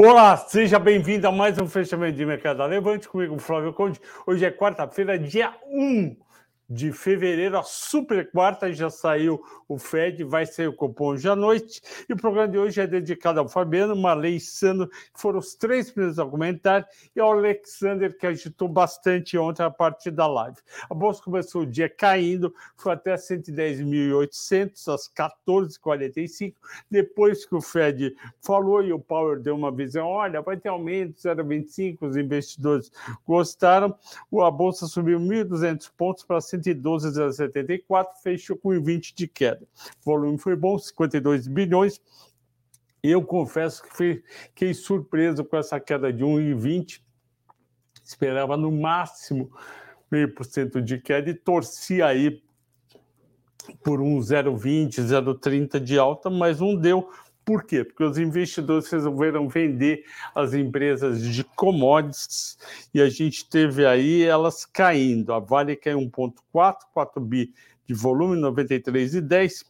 Olá, seja bem-vindo a mais um fechamento de mercado da Levante comigo, Flávio Conde. Hoje é quarta-feira, dia 1 de fevereiro, a super quarta, já saiu o Fed, vai sair o cupom hoje à noite. E o programa de hoje é dedicado ao Fabiano, Marley e Sandro, que foram os três primeiros a comentar, e ao Alexander, que agitou bastante ontem a partir da live. A bolsa começou o dia caindo, foi até 110.800, às 14h45, depois que o Fed falou e o Powell deu uma visão, olha, vai ter aumento 0,25, os investidores gostaram, a bolsa subiu 1.200 pontos para 112,074, fechou com 20 de queda. O volume foi bom, 52 bilhões. Eu confesso que fiquei surpreso com essa queda de 1,20, esperava no máximo 0,5% de queda e torci aí por um 0,20, 0,30 de alta, mas não deu. Por quê? Porque os investidores resolveram vender as empresas de commodities e a gente teve aí elas caindo. A Vale caiu 1,4, 4 bi de volume, 93,10.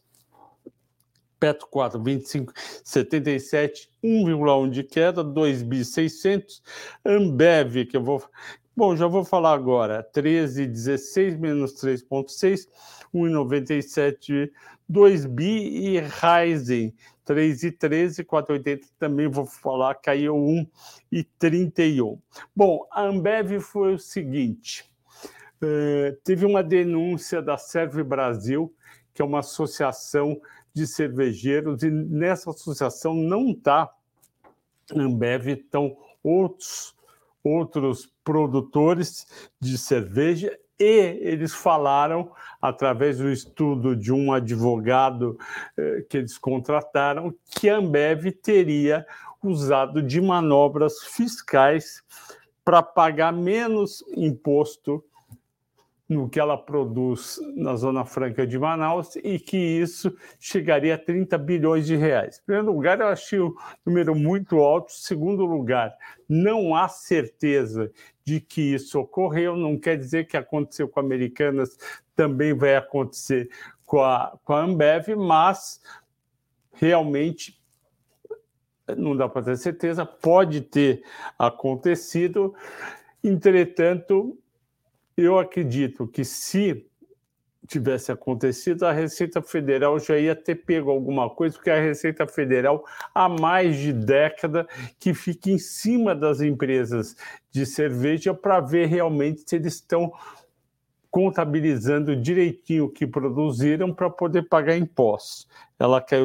Petro 4, 25,77, 1,1 de queda, 2 bi 600. Ambev, que eu vou... Bom, já vou falar agora, 13,16 menos 3,6, 1,97, 2 bi. E Ryzen, 3,13, 4,80, também vou falar, caiu 1,31. Bom, a Ambev foi o seguinte, teve uma denúncia da Serve Brasil, que é uma associação de cervejeiros, e nessa associação não está Ambev, estão outros produtores de cerveja, e eles falaram, através do estudo de um advogado que eles contrataram, que a Ambev teria usado de manobras fiscais para pagar menos imposto no que ela produz na Zona Franca de Manaus, e que isso chegaria a 30 bilhões de reais. Em primeiro lugar, eu achei um número muito alto. Em segundo lugar, não há certeza de que isso ocorreu, não quer dizer que aconteceu com Americanas, também vai acontecer com a Ambev, mas realmente não dá para ter certeza, pode ter acontecido. Entretanto, eu acredito que se tivesse acontecido, a Receita Federal já ia ter pego alguma coisa, porque a Receita Federal, há mais de década, que fica em cima das empresas de cerveja para ver realmente se eles estão contabilizando direitinho o que produziram para poder pagar impostos. Ela caiu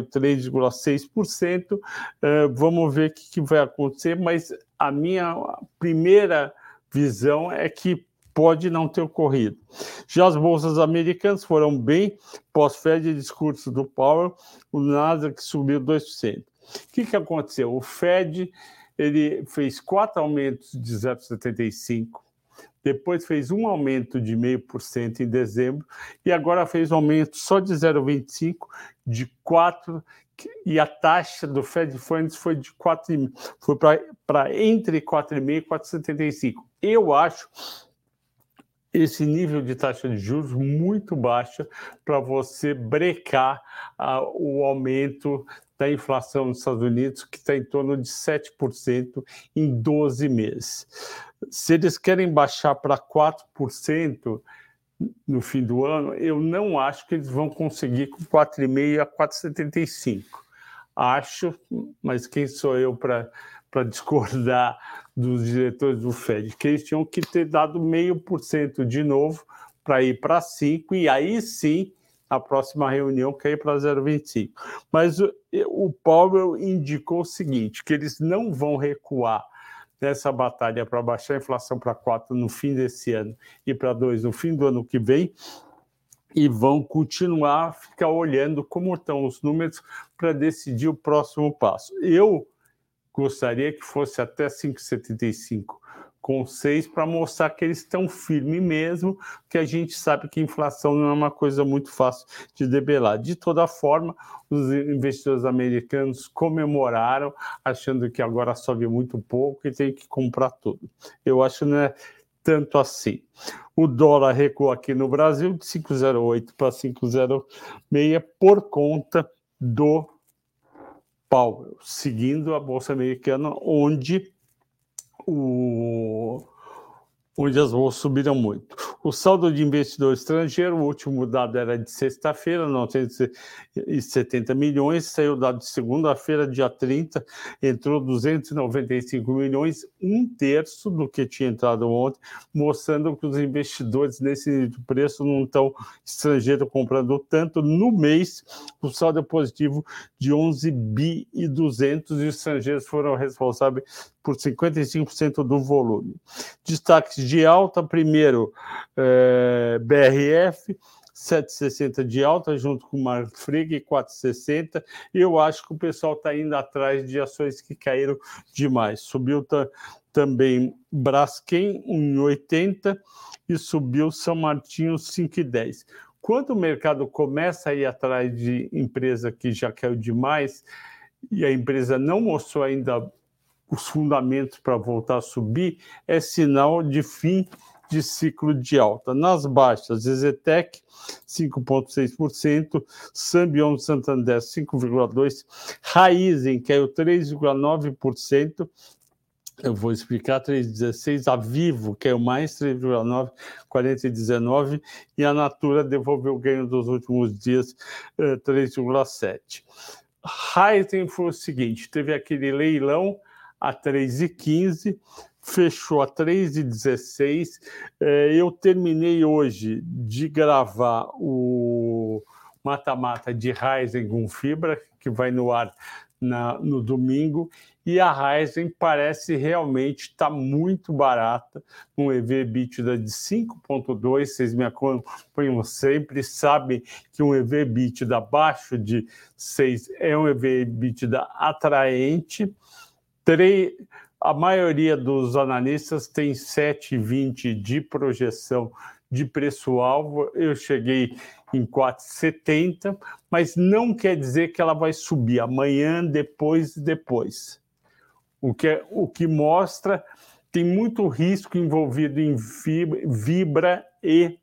3,6%, vamos ver o que vai acontecer, mas a minha primeira visão é que pode não ter ocorrido. Já as bolsas americanas foram bem, pós-Fed e discurso do Powell, o Nasdaq subiu 2%. O que aconteceu? O Fed ele fez 4 aumentos de 0,75%, depois fez um aumento de 0,5% em dezembro, e agora fez um aumento só de 0,25%, de 4%, e a taxa do Fed Funds foi de 4,5%, foi para entre 4,5% e 4,75%. Eu acho esse nível de taxa de juros muito baixa para você brecar o aumento da inflação nos Estados Unidos, que está em torno de 7% em 12 meses. Se eles querem baixar para 4% no fim do ano, eu não acho que eles vão conseguir com 4,5% a 4,75%. Acho, mas quem sou eu para discordar dos diretores do Fed, que eles tinham que ter dado 0,5% de novo para ir para 5%, e aí sim, a próxima reunião cair para 0,25%. Mas o Powell indicou o seguinte, que eles não vão recuar nessa batalha para baixar a inflação para 4% no fim desse ano e para 2% no fim do ano que vem, e vão continuar a ficar olhando como estão os números para decidir o próximo passo. Eu gostaria que fosse até 5,75 com 6 para mostrar que eles estão firmes mesmo, que a gente sabe que a inflação não é uma coisa muito fácil de debelar. De toda forma, os investidores americanos comemoraram, achando que agora sobe muito pouco e tem que comprar tudo. Eu acho que não é tanto assim. O dólar recuou aqui no Brasil de 5,08 para 5,06 por conta do Powell, seguindo a Bolsa Americana, onde as bolsas subiram muito. O saldo de investidor estrangeiro, o último dado era de sexta-feira, 970 milhões, saiu o dado de segunda-feira, dia 30, entrou 295 milhões, um terço do que tinha entrado ontem, mostrando que os investidores nesse preço não estão estrangeiro comprando tanto. No mês, o saldo é positivo de 11 bi e 200, e os estrangeiros foram responsáveis por 55% do volume. Destaques de alta, primeiro, BRF, 7,60 de alta, junto com o Marfrig, 4,60. Eu acho que o pessoal está indo atrás de ações que caíram demais. Subiu também Braskem, 1,80, e subiu São Martinho, 5,10. Quando o mercado começa a ir atrás de empresa que já caiu demais, e a empresa não mostrou ainda os fundamentos para voltar a subir, é sinal de fim de ciclo de alta. Nas baixas, Exetec, 5,6%, Sambion Santander, 5,2%, Raízen caiu 3,9%, eu vou explicar, 3,16%, a Vivo caiu mais, 3,9%, 40,19%, e a Natura devolveu o ganho dos últimos dias, 3,7%. Raízen foi o seguinte, teve aquele leilão a 3,15, fechou a 3,16. Eu terminei hoje de gravar o mata-mata de Raízen com fibra, que vai no ar no domingo, e a Raízen parece realmente estar muito barata, um EV/EBITDA de 5,2, vocês me acompanham sempre, sabem que um EV/EBITDA abaixo de 6 é um EV/EBITDA atraente. A maioria dos analistas tem 7,20 de projeção de preço-alvo, eu cheguei em 4,70, mas não quer dizer que ela vai subir amanhã, depois. O que mostra, tem muito risco envolvido em Vibra e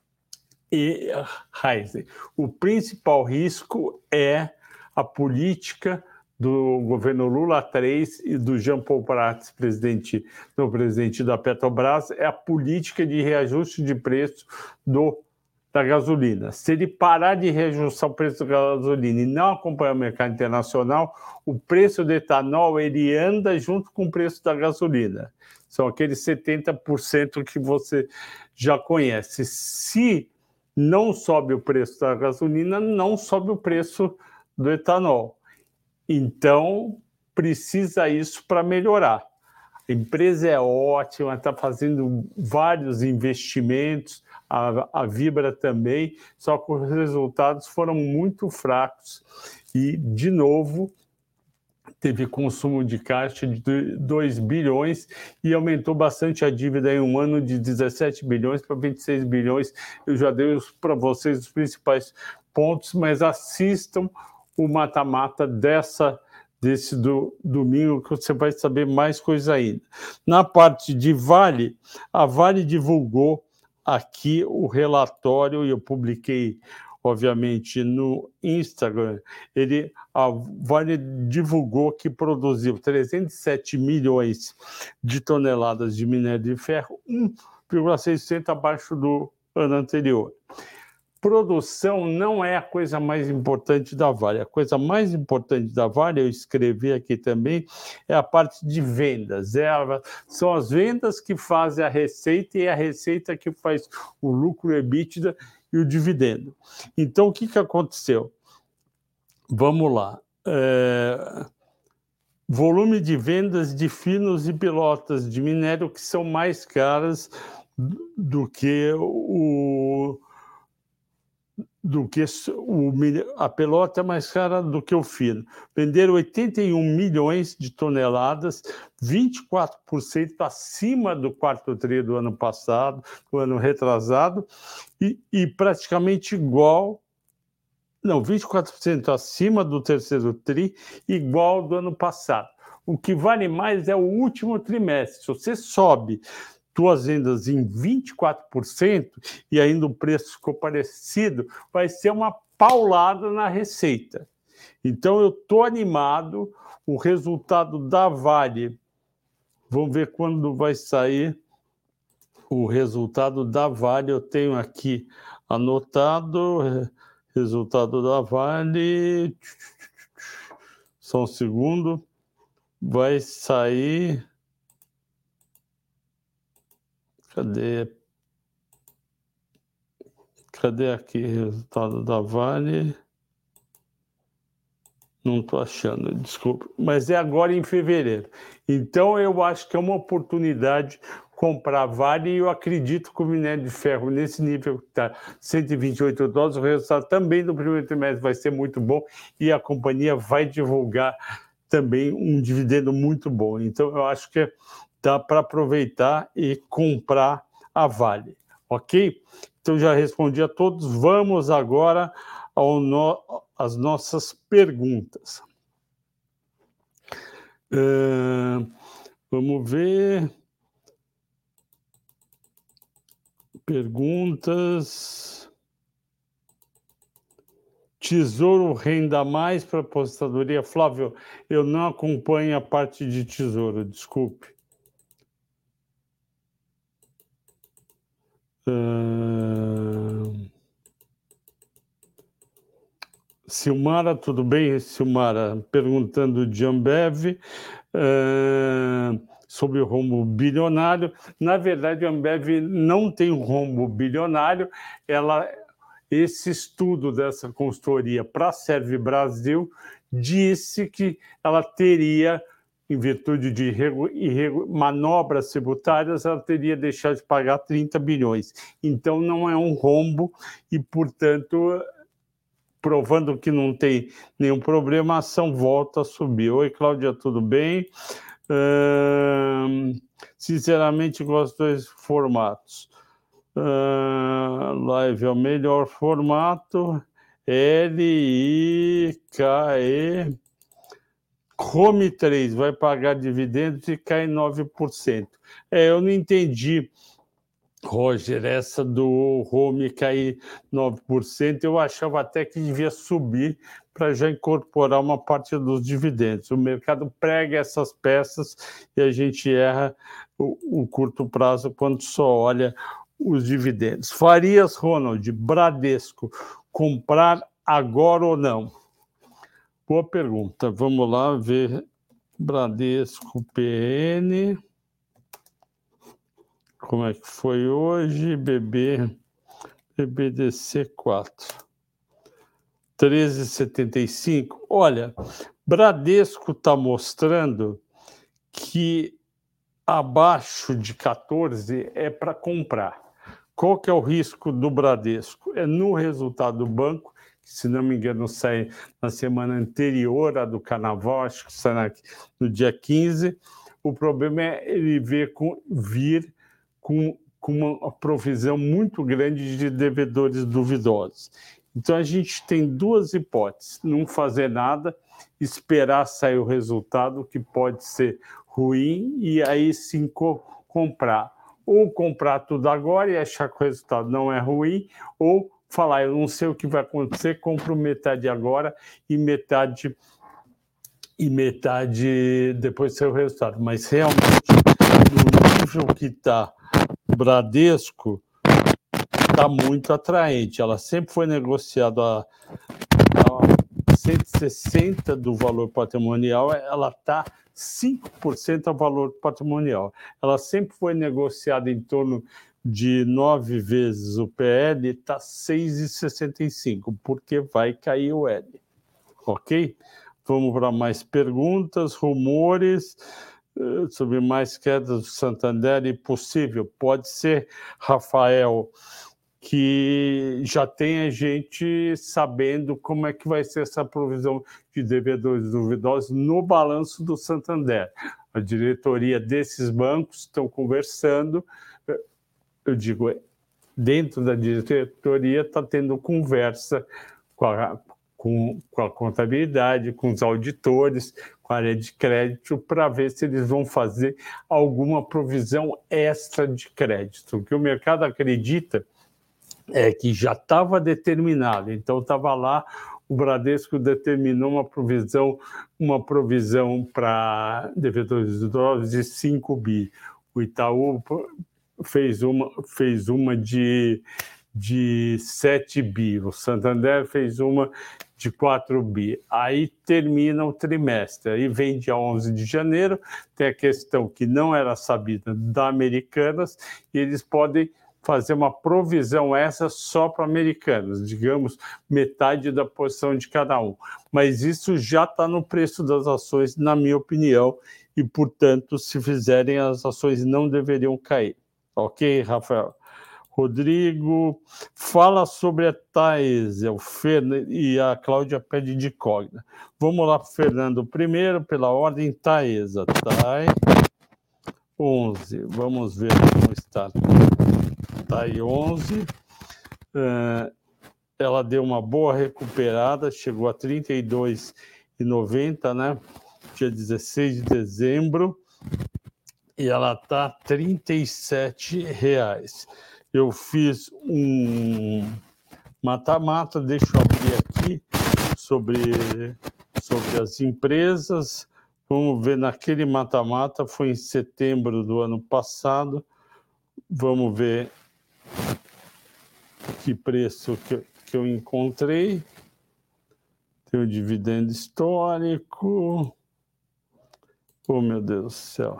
Raízen. O principal risco é a política do governo Lula III e do Jean Paul Prats, presidente da Petrobras, é a política de reajuste de preço da gasolina. Se ele parar de reajustar o preço da gasolina e não acompanhar o mercado internacional, o preço do etanol ele anda junto com o preço da gasolina. São aqueles 70% que você já conhece. Se não sobe o preço da gasolina, não sobe o preço do etanol. Então, precisa isso para melhorar. A empresa é ótima, está fazendo vários investimentos, a Vibra também, só que os resultados foram muito fracos e, de novo, teve consumo de caixa de 2 bilhões e aumentou bastante a dívida em um ano de 17 bilhões para 26 bilhões. Eu já dei para vocês os principais pontos, mas assistam o mata-mata desse domingo, que você vai saber mais coisa ainda. Na parte de Vale, a Vale divulgou aqui o relatório, e eu publiquei, obviamente, no Instagram. A Vale divulgou que produziu 307 milhões de toneladas de minério de ferro, 1,6% abaixo do ano anterior. Produção não é a coisa mais importante da Vale. A coisa mais importante da Vale, eu escrevi aqui também, é a parte de vendas. São as vendas que fazem a receita e a receita que faz o lucro EBITDA e o dividendo. Então, o que aconteceu? Vamos lá. Volume de vendas de finos e pelotas de minério que são mais caras do que a pelota é mais cara do que o fino. Venderam 81 milhões de toneladas, 24% acima do quarto tri do ano passado, do ano retrasado, e praticamente igual, 24% acima do terceiro tri, igual do ano passado. O que vale mais é o último trimestre. Se você sobe tuas vendas em 24% e ainda o preço ficou parecido, vai ser uma paulada na receita. Então, eu estou animado. O resultado da Vale, vamos ver quando vai sair o resultado da Vale. Eu tenho aqui anotado, resultado da Vale, só um segundo, vai sair, cadê aqui o resultado da Vale? Não estou achando, desculpa, mas é agora em fevereiro. Então, eu acho que é uma oportunidade comprar Vale e eu acredito que o minério de ferro, nesse nível que está $128, o resultado também do primeiro trimestre vai ser muito bom e a companhia vai divulgar também um dividendo muito bom. Então, eu acho que dá para aproveitar e comprar a Vale, ok? Então, já respondi a todos. Vamos agora às nossas perguntas. Vamos ver. Perguntas. Tesouro renda mais para aposentadoria? Flávio, eu não acompanho a parte de tesouro, desculpe. Silmara, tudo bem? Silmara, perguntando de Ambev sobre o rombo bilionário. Na verdade, a Ambev não tem um rombo bilionário. Esse estudo dessa consultoria para a Serve Brasil disse que ela teria, em virtude de manobras tributárias, ela teria deixado de pagar 30 bilhões. Então, não é um rombo e, portanto, provando que não tem nenhum problema, a ação volta a subir. Oi, Cláudia, tudo bem? Sinceramente, gosto dos dois formatos. Live é o melhor formato. LIKE. Home 3 vai pagar dividendos e cai 9%. Eu não entendi, Roger, essa do Home cair 9%, eu achava até que devia subir para já incorporar uma parte dos dividendos. O mercado prega essas peças e a gente erra o curto prazo quando só olha os dividendos. Farias, Ronald, Bradesco, comprar agora ou não? Boa pergunta. Vamos lá ver Bradesco PN. Como é que foi hoje? BBDC 4. 13,75. Olha, Bradesco está mostrando que abaixo de 14 é para comprar. Qual que é o risco do Bradesco? É no resultado do banco, que, se não me engano, sai na semana anterior à do Carnaval, acho que sai no dia 15. O problema é ele vir com uma provisão muito grande de devedores duvidosos. Então, a gente tem duas hipóteses: não fazer nada, esperar sair o resultado, que pode ser ruim, e aí sim comprar. Ou comprar tudo agora e achar que o resultado não é ruim, ou falar, eu não sei o que vai acontecer, compro metade agora e metade depois do seu resultado. Mas realmente, no nível que está o Bradesco, está muito atraente. Ela sempre foi negociada a 160 do valor patrimonial, ela está 5% ao valor patrimonial. Ela sempre foi negociada em torno de 9 vezes o PL, está 6,65, porque vai cair o L. Ok? Vamos para mais perguntas, rumores sobre mais quedas do Santander e possível. Pode ser, Rafael, que já tenha gente sabendo como é que vai ser essa provisão de devedores duvidosos no balanço do Santander. A diretoria desses bancos estão conversando, eu digo, dentro da diretoria está tendo conversa com a contabilidade, com os auditores, com a área de crédito, para ver se eles vão fazer alguma provisão extra de crédito. O que o mercado acredita é que já estava determinado, então estava lá o Bradesco determinou uma provisão para devedores idosos de 5 bi. O Itaú fez uma de 7 bi. O Santander fez uma de 4 bi. Aí termina o trimestre. Aí vem dia 11 de janeiro, tem a questão que não era sabida da Americanas, e eles podem fazer uma provisão essa só para Americanas, digamos, metade da posição de cada um. Mas isso já está no preço das ações, na minha opinião, e, portanto, se fizerem, as ações não deveriam cair. Ok, Rafael? Rodrigo, fala sobre a Taesa, o e a Cláudia pede de Cogna. Vamos lá, Fernando, primeiro, pela ordem, Taesa, TAI 11, vamos ver como está. TAI 11, ela deu uma boa recuperada, chegou a R$ 32,90, né? Dia 16 de dezembro, e ela está R$ 37. Eu fiz um mata-mata, deixa eu abrir aqui, sobre as empresas. Vamos ver, naquele mata-mata, foi em setembro do ano passado. Vamos ver que preço que eu encontrei. Tem o dividendo histórico. Oh, meu Deus do céu.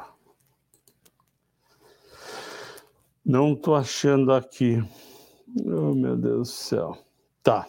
Não estou achando aqui. Oh, meu Deus do céu. Tá.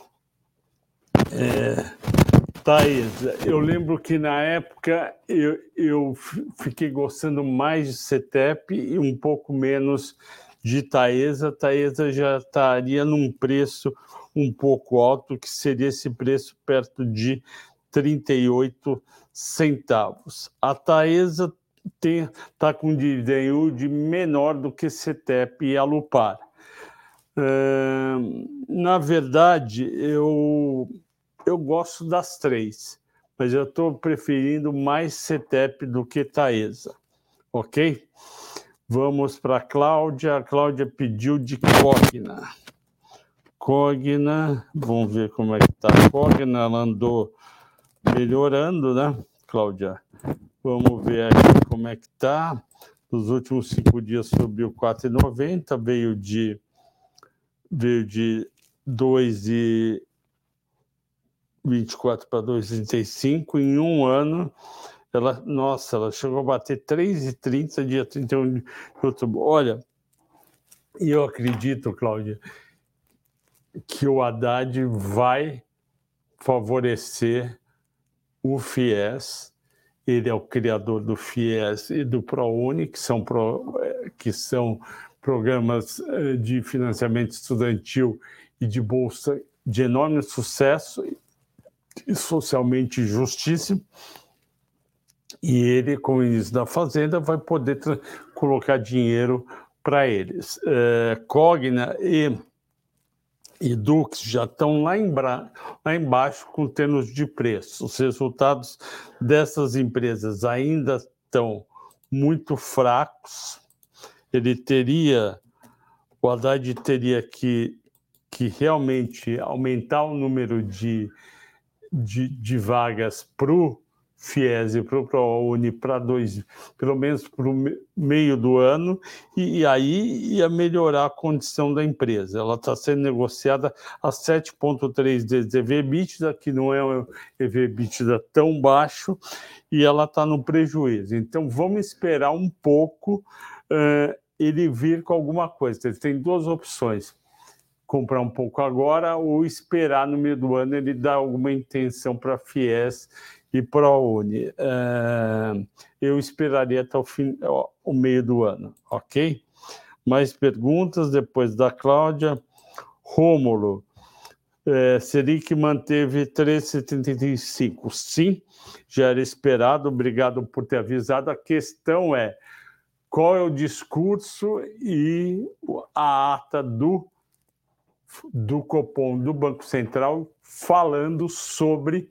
Thaís, eu lembro que na época eu fiquei gostando mais de CETEP e um pouco menos de Taesa. Taesa já estaria num preço um pouco alto, que seria esse preço perto de 38 centavos. A Taesa está com um dividend menor do que CETEP e Alupar. Na verdade, eu gosto das três, mas eu estou preferindo mais CETEP do que Taesa, ok? Vamos para a Cláudia. A Cláudia pediu de Cogna. Cogna, vamos ver como é que está a Cogna. Ela andou melhorando, né, Cláudia? Vamos ver aqui como é que está. Nos últimos 5 dias subiu 4,90, veio de 2,24 para 2,35 em um ano. Ela chegou a bater 3,30 dia 31 de outubro. Olha, eu acredito, Cláudia, que o Haddad vai favorecer o FIES. Ele é o criador do FIES e do ProUni, que são programas de financiamento estudantil e de bolsa de enorme sucesso e socialmente justíssimo. E ele, com o início da Fazenda, vai poder colocar dinheiro para eles. Cogna e Dux já estão lá embaixo com termos de preço. Os resultados dessas empresas ainda estão muito fracos. O Haddad teria que realmente aumentar o número de vagas para o FIES e para o ProUni pelo menos para o meio do ano, e aí ia melhorar a condição da empresa. Ela está sendo negociada a 7,3 de EV/EBITDA, que não é um EV/EBITDA tão baixo, e ela está no prejuízo. Então, vamos esperar um pouco ele vir com alguma coisa. Ele tem duas opções: comprar um pouco agora ou esperar no meio do ano ele dar alguma intenção para FIES e ProUni. Eu esperaria até o meio do ano, ok? Mais perguntas depois da Cláudia. Rômulo, Selic manteve 3,75. Sim, já era esperado, obrigado por ter avisado. A questão é qual é o discurso e a ata do Copom, do Banco Central, falando sobre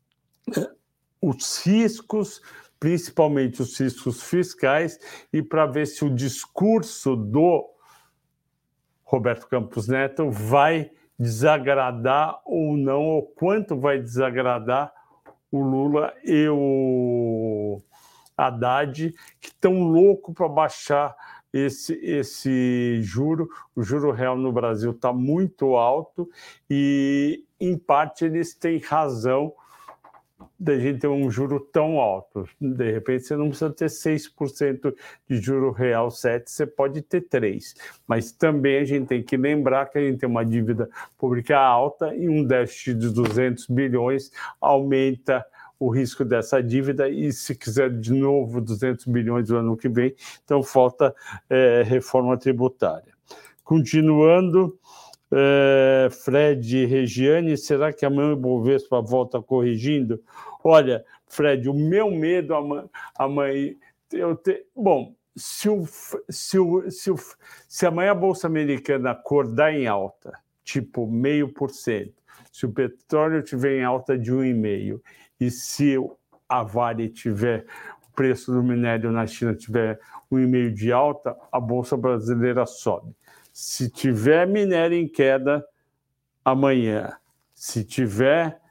os riscos, principalmente os riscos fiscais, e para ver se o discurso do Roberto Campos Neto vai desagradar ou não, ou quanto vai desagradar o Lula e o Haddad, que estão loucos para baixar esse juro. O juro real no Brasil está muito alto e, em parte, eles têm razão da gente ter um juro tão alto. De repente, você não precisa ter 6% de juro real, 7%, você pode ter 3%. Mas também a gente tem que lembrar que a gente tem uma dívida pública alta e um déficit de 200 bilhões aumenta o risco dessa dívida e, se quiser de novo 200 bilhões no ano que vem, então falta reforma tributária. Continuando, Fred e Regiane, será que amanhã o Ibovespa volta corrigindo? Olha, Fred, o meu medo amanhã... Bom, se amanhã a Bolsa Americana acordar em alta, tipo 0,5%, se o petróleo estiver em alta de 1,5%, e se a Vale tiver, o preço do minério na China tiver 1,5% de alta, a Bolsa Brasileira sobe. Se tiver minério em queda amanhã, se tiver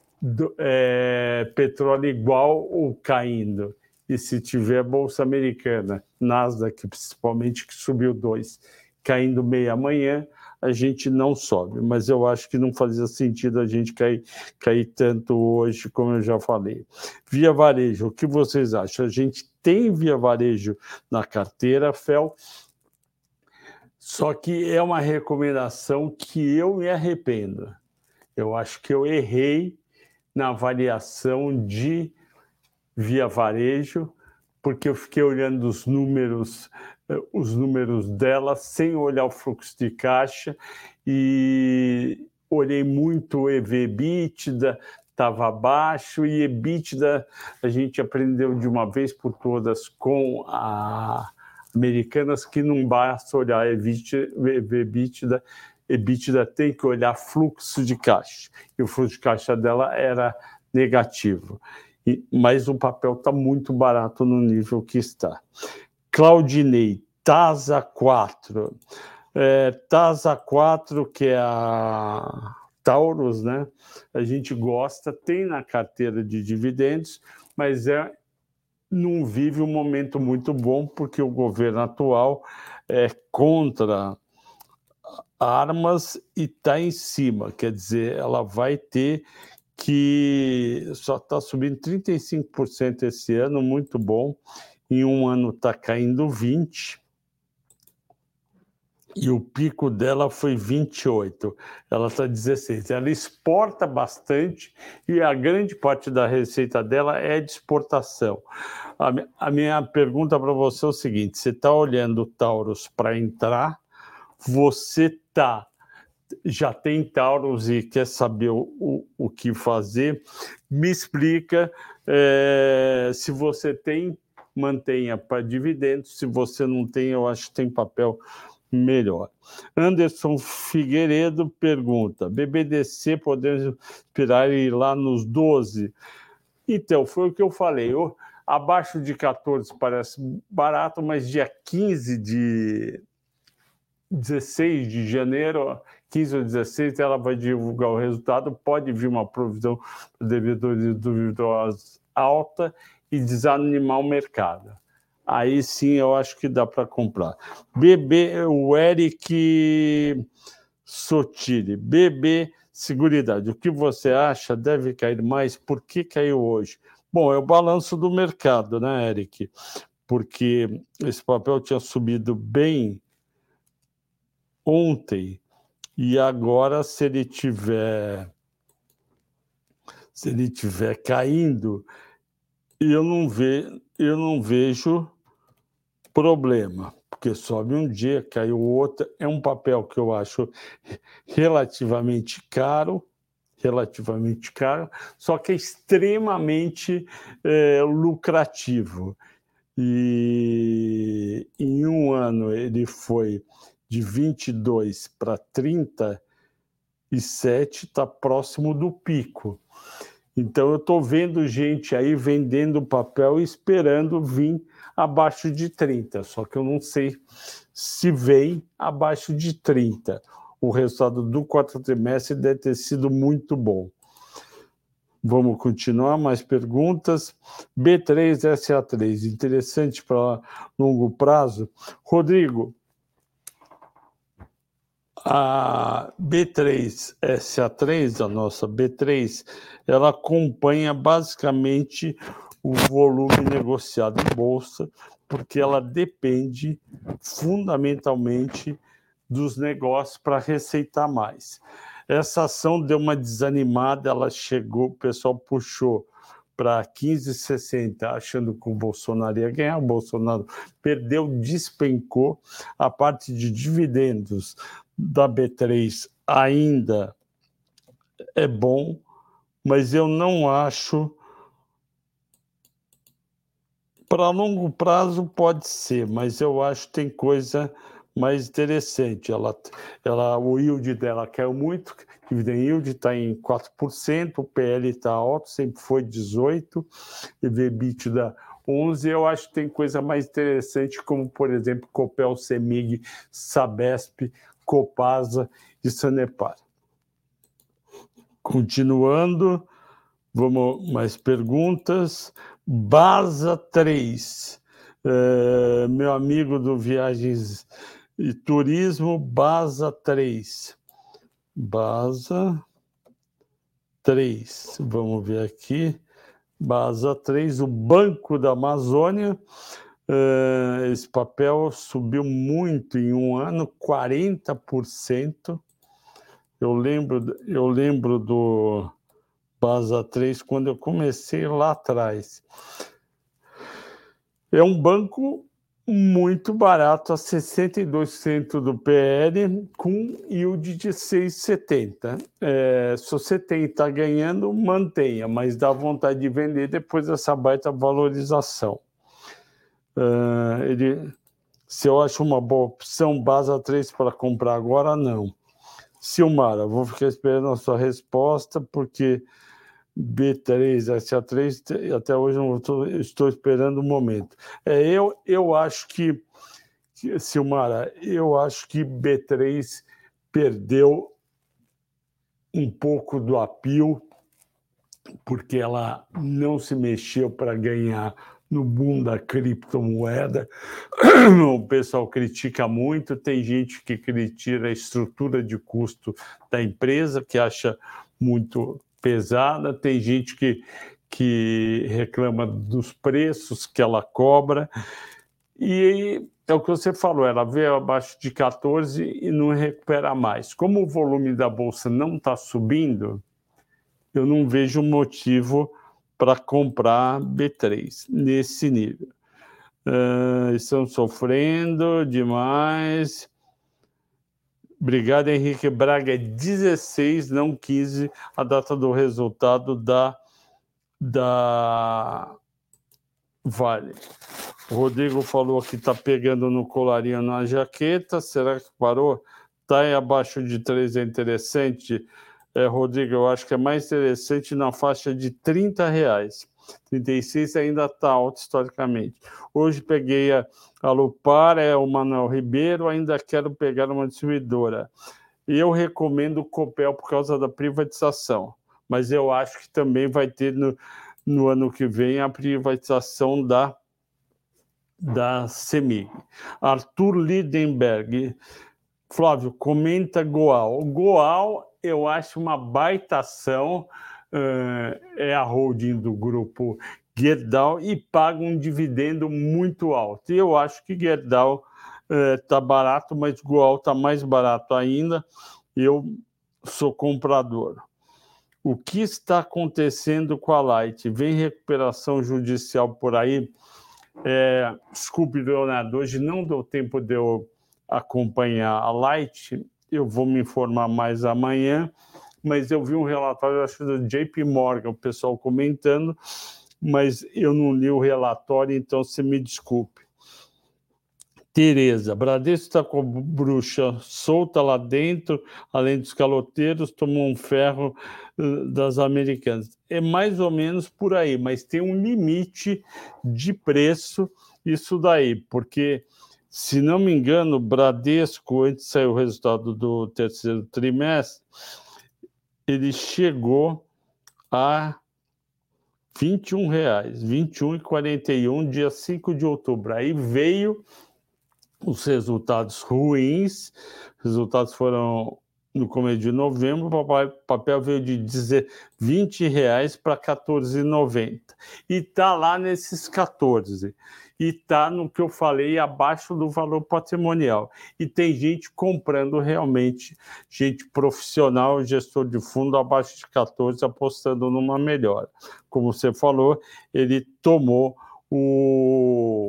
petróleo igual ou caindo, e se tiver Bolsa Americana, Nasdaq principalmente, que subiu 2%, caindo meio amanhã, a gente não sobe. Mas eu acho que não fazia sentido a gente cair tanto hoje, como eu já falei. Via Varejo, o que vocês acham? A gente tem Via Varejo na carteira, Fel, só que é uma recomendação que eu me arrependo. Eu acho que eu errei na avaliação de Via Varejo, porque eu fiquei olhando os números dela sem olhar o fluxo de caixa e olhei muito EV/EBITDA, estava abaixo, e EBITDA a gente aprendeu de uma vez por todas com a Americanas que não basta olhar EV/EBITDA, EBITDA tem que olhar fluxo de caixa, e o fluxo de caixa dela era negativo. Mas o papel está muito barato no nível que está. Claudinei, TASA 4. TASA 4, que é a Taurus, né? A gente gosta, tem na carteira de dividendos, mas não vive um momento muito bom, porque o governo atual é contra armas e está em cima, quer dizer, ela vai ter que só está subindo 35% esse ano, muito bom. Em um ano está caindo 20%, e o pico dela foi 28%. Ela está 16%. Ela exporta bastante e a grande parte da receita dela é de exportação. A minha pergunta para você é o seguinte: você está olhando o Taurus para entrar? Você já tem Taurus e quer saber o que fazer? Me explica. Se você tem, mantenha para dividendos. Se você não tem, eu acho que tem papel melhor. Anderson Figueiredo pergunta: BBDC, podemos esperar ir lá nos 12? Então, foi o que eu falei. Abaixo de 14 parece barato, mas dia 16 de janeiro, 15 ou 16, ela vai divulgar o resultado, pode vir uma provisão de devedores duvidosos alta e desanimar o mercado. Aí sim eu acho que dá para comprar. O Eric Sotile, BB Seguridade, o que você acha? Deve cair mais? Por que caiu hoje? Bom, é o balanço do mercado, né, Eric? Porque esse papel tinha subido bem ontem, e agora, se ele tiver caindo, eu não vejo problema, porque sobe um dia, cai o outro. É um papel que eu acho relativamente caro, só que é extremamente lucrativo. E em um ano ele foi de 22 para 37, está próximo do pico. Então, eu estou vendo gente aí vendendo papel e esperando vir abaixo de 30, só que eu não sei se vem abaixo de 30. o resultado do quarto trimestre deve ter sido muito bom. Vamos continuar, mais perguntas. B3SA3, interessante para longo prazo. Rodrigo, a B3SA3, a nossa B3, ela acompanha basicamente o volume negociado em bolsa, porque ela depende fundamentalmente dos negócios para receitar mais. Essa ação deu uma desanimada, ela chegou, o pessoal puxou para 15,60, achando que o Bolsonaro ia ganhar, o Bolsonaro perdeu, despencou. A parte de dividendos da B3 ainda é bom, mas eu não acho. Para longo prazo pode ser, mas eu acho que tem coisa mais interessante. O yield dela caiu muito, o dividend yield está em 4%, o PL está alto, sempre foi 18%, EBITDA 11%. Eu acho que tem coisa mais interessante, como, por exemplo, Copel, Semig, Sabesp, Copasa e Sanepar. Continuando, vamos mais perguntas. Basa 3, meu amigo do Viagens e Turismo, Basa 3. Basa 3, vamos ver aqui. Basa 3, o Banco da Amazônia. Esse papel subiu muito em um ano, 40%. Eu lembro do Basa 3 quando eu comecei lá atrás. É um banco muito barato, a 62% do PL, com yield de 6,70. Se você está ganhando, mantenha, mas dá vontade de vender depois dessa baita valorização. Se eu acho uma boa opção, Basa 3 para comprar agora, não. Silmara, vou ficar esperando a sua resposta, porque B3, SA3, até hoje não estou esperando o momento. Eu acho que, Silmara, eu acho que B3 perdeu um pouco do appeal, porque ela não se mexeu para ganhar no boom da criptomoeda. O pessoal critica muito, tem gente que critica a estrutura de custo da empresa, que acha muito pesada, tem gente que reclama dos preços que ela cobra, e é o que você falou, ela veio abaixo de 14 e não recupera mais. Como o volume da Bolsa não está subindo, eu não vejo motivo para comprar B3 nesse nível. Estão sofrendo demais. Obrigado, Henrique Braga. É 16, não 15, a data do resultado da Vale. O Rodrigo falou que está pegando no colarinho na jaqueta. Será que parou? Está aí abaixo de 3, é interessante. Rodrigo, eu acho que é mais interessante na faixa de R$30. 36 ainda está alto historicamente. Hoje peguei a Lupar, o Manuel Ribeiro, ainda quero pegar uma distribuidora. E eu recomendo o Copel por causa da privatização, mas eu acho que também vai ter no ano que vem a privatização da Semig. Arthur Lidenberg. Flávio, comenta Goal. Goal, eu acho uma baita ação, é a holding do grupo Gerdau e paga um dividendo muito alto. E eu acho que Gerdau está barato, mas Goal está mais barato ainda. Eu sou comprador. O que está acontecendo com a Light? Vem recuperação judicial por aí? Desculpe, Leonardo, hoje não deu tempo de eu acompanhar a Light, eu vou me informar mais amanhã, mas eu vi um relatório, acho, do JP Morgan, o pessoal comentando, mas eu não li o relatório, então você me desculpe. Tereza, Bradesco está com a bruxa solta lá dentro, além dos caloteiros, tomou um ferro das americanas. É mais ou menos por aí, mas tem um limite de preço isso daí, porque Se não me engano, Bradesco, antes saiu o resultado do terceiro trimestre, ele chegou a R$ 21,00, 21,41, dia 5 de outubro. Aí veio os resultados ruins, resultados foram no começo de novembro, o papel veio de R$ 20 para R$ 14,90. E está lá nesses 14. E está no que eu falei, abaixo do valor patrimonial. E tem gente comprando realmente, gente profissional, gestor de fundo abaixo de 14, apostando numa melhora. Como você falou, ele tomou o...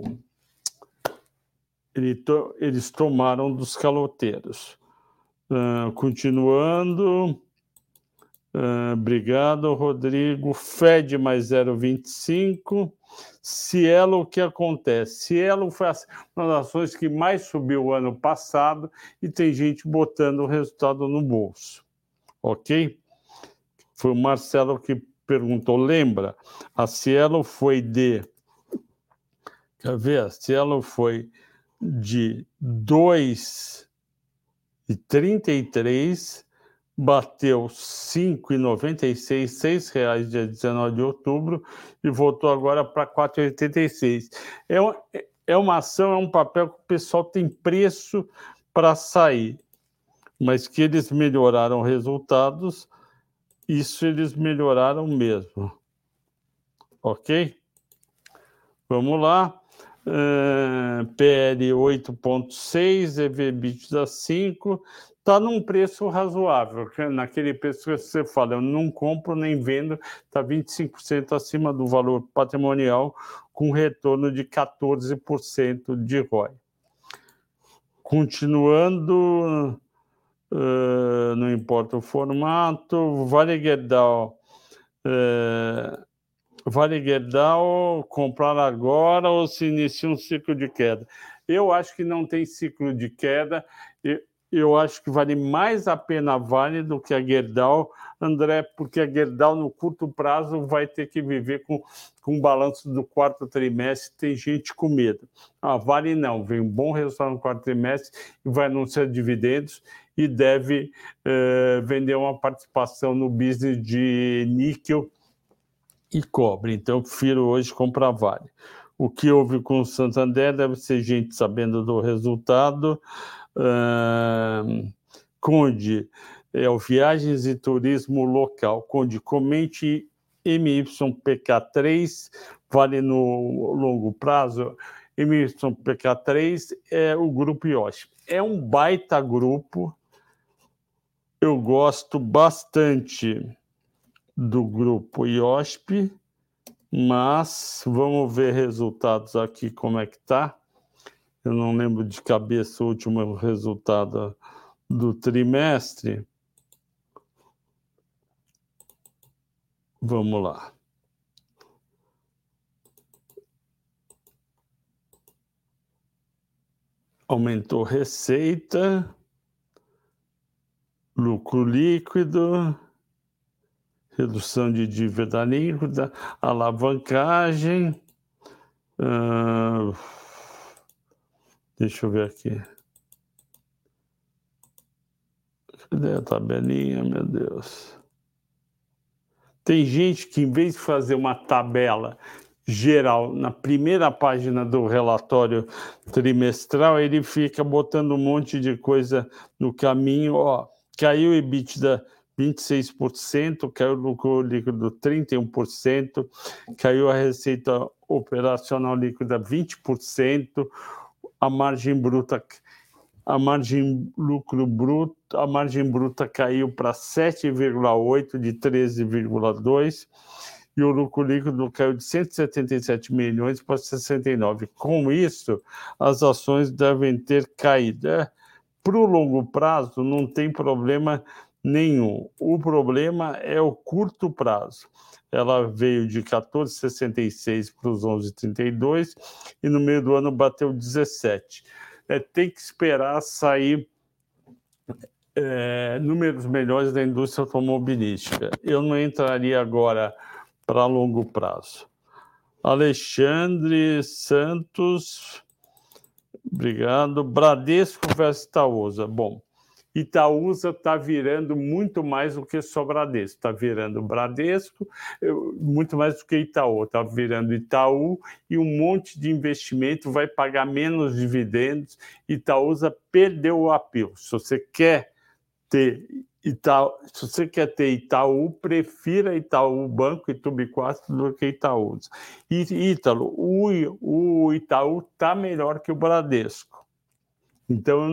Eles tomaram dos caloteiros. Continuando. Obrigado, Rodrigo. Fed mais 0,25. Cielo, o que acontece? Cielo foi uma das ações que mais subiu ano passado e tem gente botando o resultado no bolso. Ok? Foi o Marcelo que perguntou. Lembra? A Cielo foi de... Quer ver? A Cielo foi de 2,33, bateu 5,96, R$ 6 dia 19 de outubro, e voltou agora para 4,86. É uma ação, é um papel que o pessoal tem preço para sair, mas que eles melhoraram resultados, isso eles melhoraram mesmo. Ok? Vamos lá. PL 8,6, EV/EBITDA 5, está num preço razoável, naquele preço que você fala, eu não compro nem vendo, está 25% acima do valor patrimonial, com retorno de 14% de ROI. Continuando, não importa o formato, Vale Gerdau, comprar agora ou se inicia um ciclo de queda? Eu acho que não tem ciclo de queda. Eu acho que vale mais a pena a Vale do que a Gerdau, André, porque a Gerdau no curto prazo vai ter que viver com o balanço do quarto trimestre, tem gente com medo. A Vale não, vem um bom resultado no quarto trimestre e vai anunciar dividendos e deve vender uma participação no business de níquel e cobre. Então, eu prefiro hoje comprar Vale. O que houve com o Santander deve ser gente sabendo do resultado. Conde, o Viagens e Turismo Local. Conde, comente MYPK3, Vale no longo prazo. MYPK3 é o grupo IOSP. É um baita grupo. Eu gosto bastante do grupo IOSP, mas vamos ver resultados aqui, como é que tá. Eu não lembro de cabeça o último resultado do trimestre. Vamos lá. Aumentou receita, lucro líquido, redução de dívida líquida, alavancagem. Deixa eu ver aqui. Cadê a tabelinha, meu Deus? Tem gente que, em vez de fazer uma tabela geral na primeira página do relatório trimestral, ele fica botando um monte de coisa no caminho. Ó, caiu o EBITDA 26%, caiu o lucro líquido 31%, caiu a receita operacional líquida 20%, a margem bruta, a margem lucro bruto, a margem bruta caiu para 7,8 de 13,2 e o lucro líquido caiu de 177 milhões para 69. Com isso, as ações devem ter caído. Para o longo prazo, não tem problema nenhum. O problema é o curto prazo. Ela veio de 14,66 para os 11,32 e no meio do ano bateu 17. Tem que esperar sair números melhores da indústria automobilística. Eu não entraria agora para longo prazo. Alexandre Santos, Obrigado. Bradesco versus Itaúsa. Bom, Itaúsa está virando muito mais do que só Bradesco. Está virando Bradesco, muito mais do que Itaú. Está virando Itaú e um monte de investimento vai pagar menos dividendos. Itaúsa perdeu o apelo. Se você quer ter Itaú, prefira Itaú Banco e Tubiquast do que Itaúsa. E, Ítalo, o Itaú está melhor que o Bradesco. Então,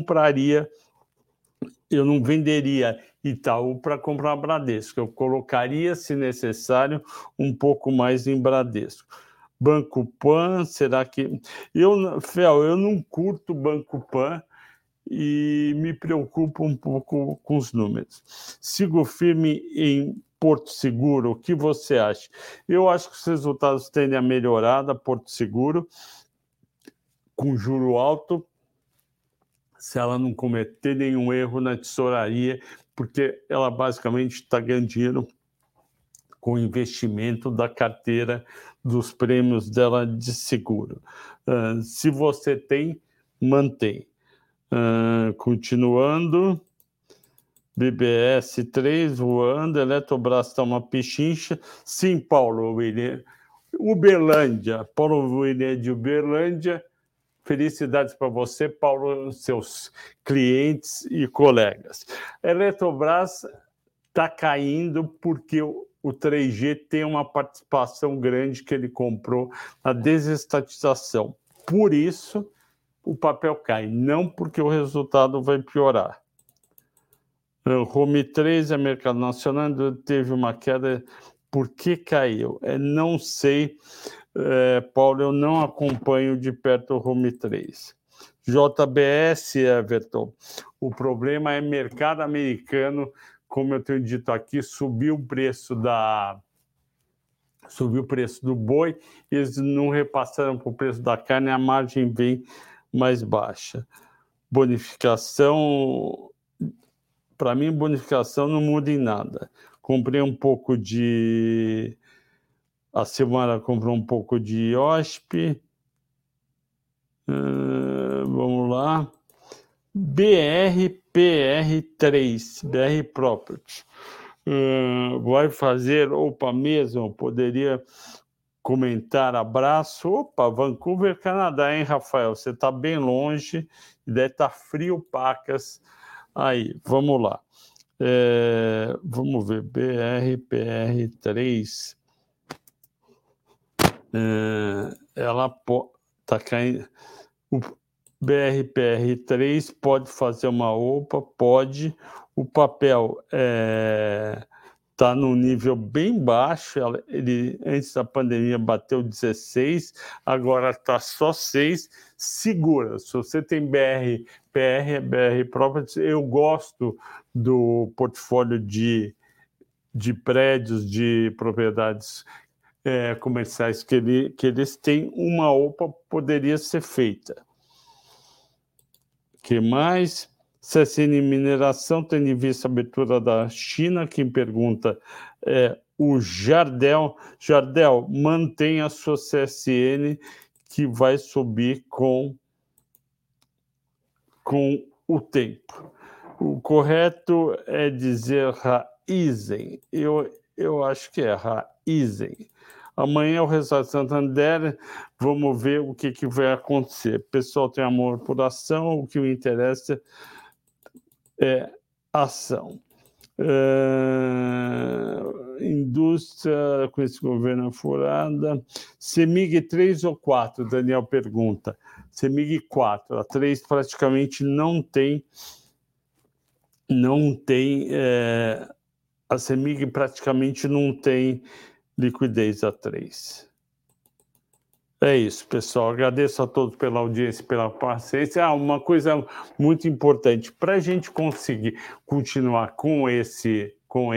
eu não venderia Itaú para comprar Bradesco. Eu colocaria, se necessário, um pouco mais em Bradesco. Banco Pan, será que... eu não curto Banco Pan e me preocupo um pouco com os números. Sigo firme em Porto Seguro. O que você acha? Eu acho que os resultados tendem a melhorar da Porto Seguro, com juro alto, se ela não cometer nenhum erro na tesouraria, porque ela basicamente está ganhando dinheiro com o investimento da carteira dos prêmios dela de seguro. Se você tem, mantém. Continuando, BBS 3 voando, Eletrobras está uma pichincha. Sim, Paulo William. Uberlândia, Paulo William de Uberlândia. Felicidades para você, Paulo, seus clientes e colegas. A Eletrobras está caindo porque o 3G tem uma participação grande que ele comprou na desestatização. Por isso, o papel cai, não porque o resultado vai piorar. Home 3, a Mercado Nacional, teve uma queda. Por que caiu? Não sei, Paulo, eu não acompanho de perto o Home 3. JBS, Everton, o problema é mercado americano, como eu tenho dito aqui, subiu o preço do boi, eles não repassaram para o preço da carne, a margem vem mais baixa. Bonificação, para mim, bonificação não muda em nada. Comprei um pouco de... A Silmara comprou um pouco de IOSP. Vamos lá. BRPR3, BR Property. Vai fazer, opa, mesmo, poderia comentar, abraço. Opa, Vancouver, Canadá, hein, Rafael? Você está bem longe, deve estar frio, pacas. Aí, vamos lá. Vamos ver, BRPR3. Ela está caindo. O BRPR3 pode fazer uma OPA, pode. O papel está num nível bem baixo. Ele, antes da pandemia, bateu 16, agora está só 6. Segura. Se você tem BR Properties, eu gosto do portfólio de prédios, de propriedades comerciais que eles têm. Uma OPA poderia ser feita. O que mais? CSN Mineração, tendo em vista a abertura da China. Quem pergunta é o Jardel. Jardel, mantém a sua CSN, que vai subir com o tempo. O correto é dizer Raizen. Eu acho que é Raizen. Amanhã é o resultado de Santander, vamos ver o que vai acontecer. O pessoal tem amor por ação, o que me interessa é ação. Indústria, com esse governo furada. CEMIG 3 ou 4? Daniel pergunta. CEMIG 4, a 3 praticamente não tem a CEMIG praticamente não tem liquidez a 3. É isso, pessoal. Agradeço a todos pela audiência e pela paciência. Uma coisa muito importante, para a gente conseguir continuar com esse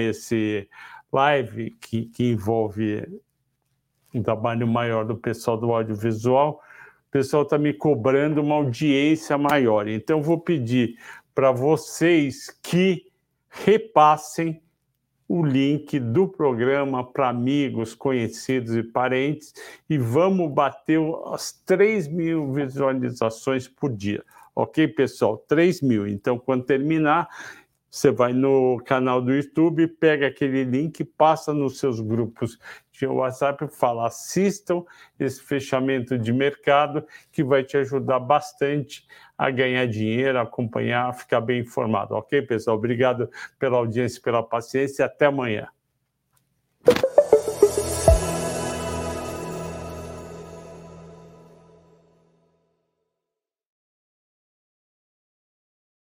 live que envolve um trabalho maior do pessoal do audiovisual, o pessoal está me cobrando uma audiência maior. Então, vou pedir para vocês que repassem o link do programa para amigos, conhecidos e parentes e vamos bater as 3.000 visualizações por dia. Ok, pessoal? 3.000. Então, quando terminar, você vai no canal do YouTube, pega aquele link, passa nos seus grupos de WhatsApp e fala, assistam esse fechamento de mercado que vai te ajudar bastante a ganhar dinheiro, a acompanhar, a ficar bem informado. Ok, pessoal? Obrigado pela audiência, pela paciência e até amanhã.